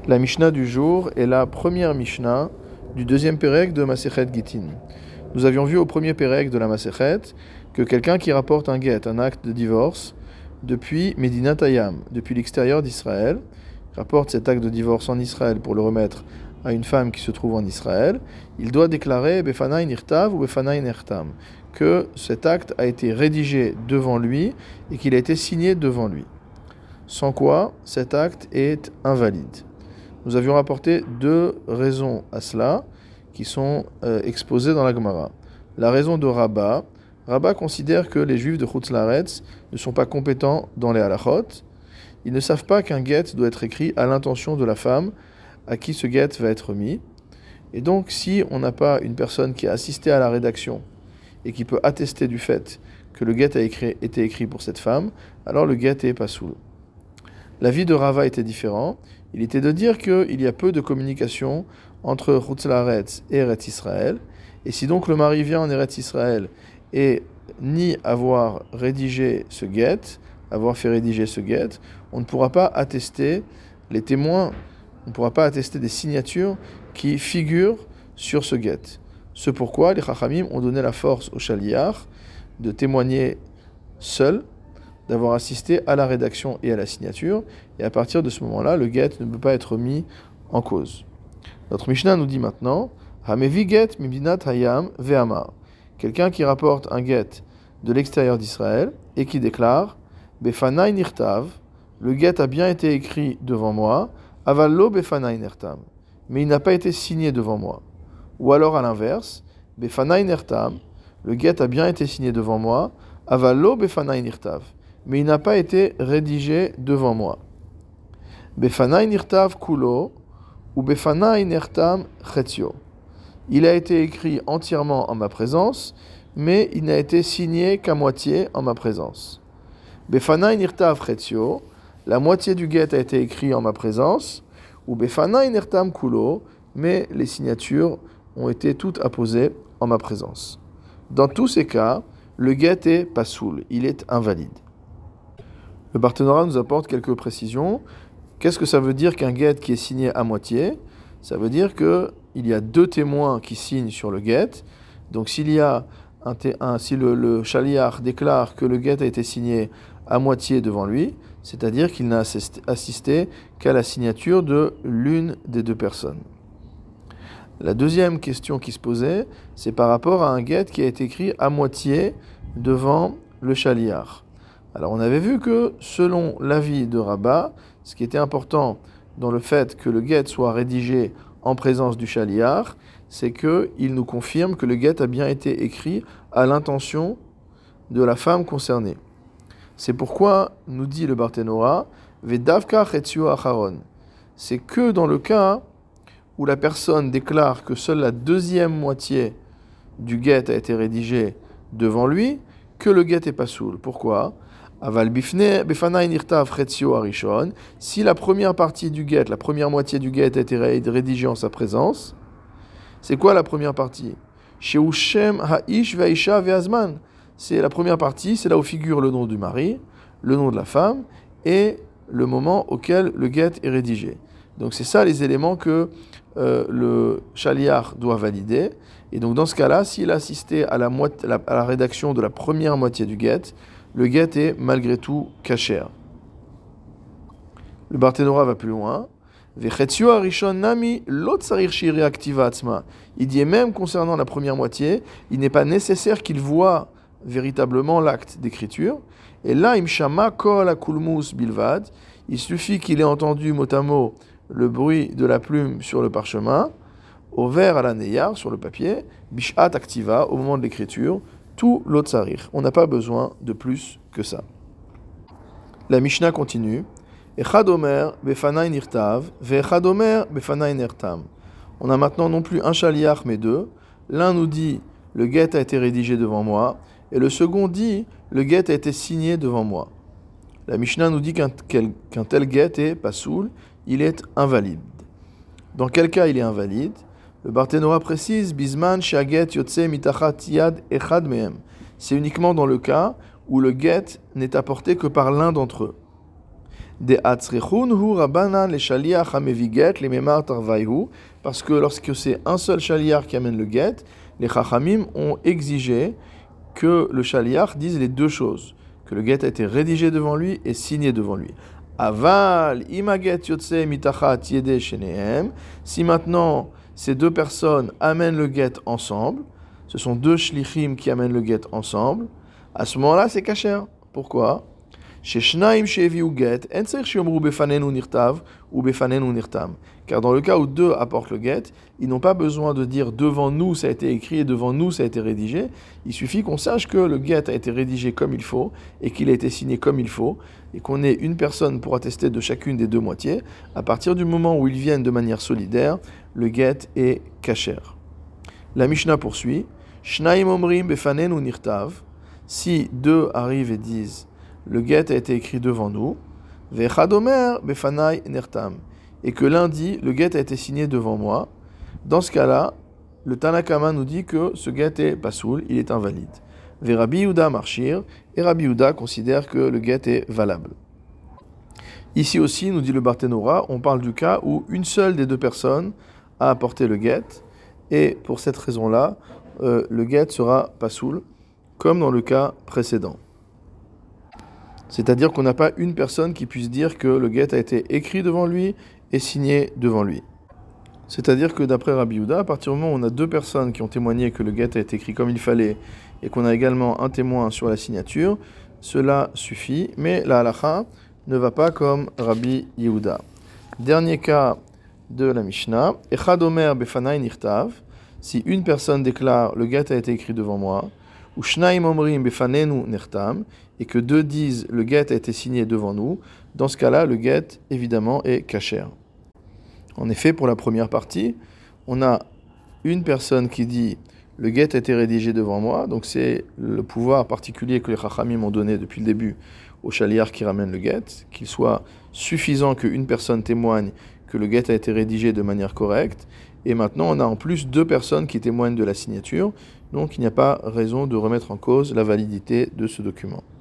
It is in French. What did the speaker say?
La Mishnah du jour est la première Mishnah du deuxième Pérec de Masechet Gittin. Nous avions vu au premier Pérec de la Masechet que quelqu'un qui rapporte un get, un acte de divorce, depuis Medinat Hayam, depuis l'extérieur d'Israël, rapporte cet acte de divorce en Israël pour le remettre à une femme qui se trouve en Israël, il doit déclarer Befanaï Nirtav ou Befanaï Nertam, que cet acte a été rédigé devant lui et qu'il a été signé devant lui. Sans quoi, cet acte est invalide. Nous avions rapporté deux raisons à cela qui sont exposées dans la Gemara. La raison de Rabba. Rabba considère que les juifs de Chutz Laaretz ne sont pas compétents dans les halachot. Ils ne savent pas qu'un get doit être écrit à l'intention de la femme à qui ce get va être mis. Et donc, si on n'a pas une personne qui a assisté à la rédaction et qui peut attester du fait que le get a été écrit pour cette femme, alors le get est pasoul. L'avis de Rava était différent. Il était de dire qu'il y a peu de communication entre Chutz Laaretz et Eretz Israël. Et si donc le mari vient en Eretz Israël et ni avoir rédigé ce get, avoir fait rédiger ce get, on ne pourra pas attester les témoins, on ne pourra pas attester des signatures qui figurent sur ce get. C'est pourquoi les Chachamim ont donné la force au Shaliach de témoigner seul, d'avoir assisté à la rédaction et à la signature, et à partir de ce moment-là, le get ne peut pas être mis en cause. Notre Mishnah nous dit maintenant, Hamevi get mibinat hayam ve'amar. Quelqu'un qui rapporte un get de l'extérieur d'Israël et qui déclare, Befanaï nirtav, le get a bien été écrit devant moi, avallo befanaï nertam, mais il n'a pas été signé devant moi. Ou alors à l'inverse, Befanaï nertam, le get a bien été signé devant moi, avallo befanaï nirtav, mais il n'a pas été rédigé devant moi. Befanaï nirtav kulo ou befanaï nertam chetio. Il a été écrit entièrement en ma présence, mais il n'a été signé qu'à moitié en ma présence. Befanaï nirtav chetio, la moitié du get a été écrit en ma présence, ou befanaï nertam kulo, mais les signatures ont été toutes apposées en ma présence. Dans tous ces cas, le get est pasoul, il est invalide. Le Barthénora nous apporte quelques précisions. Qu'est-ce que ça veut dire qu'un get qui est signé à moitié ? Ça veut dire qu'il y a deux témoins qui signent sur le get. Donc s'il y a si le Shaliach déclare que le get a été signé à moitié devant lui, c'est-à-dire qu'il n'a assisté qu'à la signature de l'une des deux personnes. La deuxième question qui se posait, c'est par rapport à un get qui a été écrit à moitié devant le Shaliach. Alors on avait vu que selon l'avis de Rabba, ce qui était important dans le fait que le get soit rédigé en présence du Shaliach, c'est qu'il nous confirme que le get a bien été écrit à l'intention de la femme concernée. C'est pourquoi, nous dit le Barthénora, Vedavka chetio acharon. C'est que dans le cas où la personne déclare que seule la deuxième moitié du get a été rédigée devant lui, que le get est pasoul. Pourquoi ? Aval befanaï nirtav chetio arishon. Si la première partie du get, la première moitié du get a été rédigée en sa présence, c'est quoi la première partie ? Sheu shem ha'ish ve'aisha ve'azman. C'est la première partie, c'est là où figure le nom du mari, le nom de la femme et le moment auquel le get est rédigé. Donc c'est ça les éléments que le Shaliach doit valider. Et donc dans ce cas-là, s'il a assisté à la rédaction de la première moitié du get, le get est malgré tout kasher. Le Barthénora va plus loin. Il dit même concernant la première moitié, il n'est pas nécessaire qu'il voie véritablement l'acte d'écriture. Et là, imshama kol akulmus bilvad, il suffit qu'il ait entendu mot à mot le bruit de la plume sur le parchemin, au vers à la neyar, sur le papier, bishat activa, au moment de l'écriture, tout l'otsarir. On n'a pas besoin de plus que ça. La Mishnah continue. Echad omer befanaï nirtav, ve'echad omer befanaï nertam. On a maintenant non plus un shaliach mais deux. L'un nous dit le get a été rédigé devant moi, et le second dit le get a été signé devant moi. La Mishnah nous dit qu'un tel get est pasoul, il est invalide. Dans quel cas il est invalide ? Le Barthénora précise Bisman shaget yotse mitachat yad echad mehem. C'est uniquement dans le cas où le get n'est apporté que par l'un d'entre eux. De atzrechun hu rabanan le shaliach hamevi get le memar tarvaihu, parce que lorsque c'est un seul shaliach qui amène le get, les chachamim ont exigé que le shaliach dise les deux choses, que le get a été rédigé devant lui et signé devant lui. Aval imaget yotse mitachat yede shenehem, si maintenant ces deux personnes amènent le get ensemble, ce sont deux shlichim qui amènent le get ensemble, à ce moment-là c'est kasher. Pourquoi? Car dans le cas où deux apportent le get, ils n'ont pas besoin de dire devant nous ça a été écrit et devant nous ça a été rédigé. Il suffit qu'on sache que le get a été rédigé comme il faut et qu'il a été signé comme il faut et qu'on ait une personne pour attester de chacune des deux moitiés. À partir du moment où ils viennent de manière solidaire, le get est kasher. La Mishnah poursuit. Shnaim omrim befanenu nirtav. Si deux arrivent et disent le get a été écrit devant nous, ve'echad omer befanai nertam, et que l'un dit le get a été signé devant moi, dans ce cas-là, le Tanakama nous dit que ce get est pasoul, il est invalide. Ve'Rabbi Yehuda marchir, et Rabbi Yehuda considère que le get est valable. Ici aussi, nous dit le Barthénora, on parle du cas où une seule des deux personnes a apporté le get, et pour cette raison-là, le get sera pasoul, comme dans le cas précédent. C'est-à-dire qu'on n'a pas une personne qui puisse dire que le get a été écrit devant lui et signé devant lui. C'est-à-dire que d'après Rabbi Yehuda, à partir du moment où on a deux personnes qui ont témoigné que le get a été écrit comme il fallait et qu'on a également un témoin sur la signature, cela suffit, mais la halacha ne va pas comme Rabbi Yehuda. Dernier cas de la Mishnah, Echad omer befanai nirtav, si une personne déclare le get a été écrit devant moi, ou shnaim omrim befanenu nertam, et que deux disent le get a été signé devant nous, dans ce cas-là, le get, évidemment, est kasher. En effet, pour la première partie, on a une personne qui dit le get a été rédigé devant moi, donc c'est le pouvoir particulier que les chachamim ont donné depuis le début au shaliach qui ramène le get, qu'il soit suffisant qu'une personne témoigne que le get a été rédigé de manière correcte, et maintenant on a en plus deux personnes qui témoignent de la signature, donc il n'y a pas raison de remettre en cause la validité de ce document.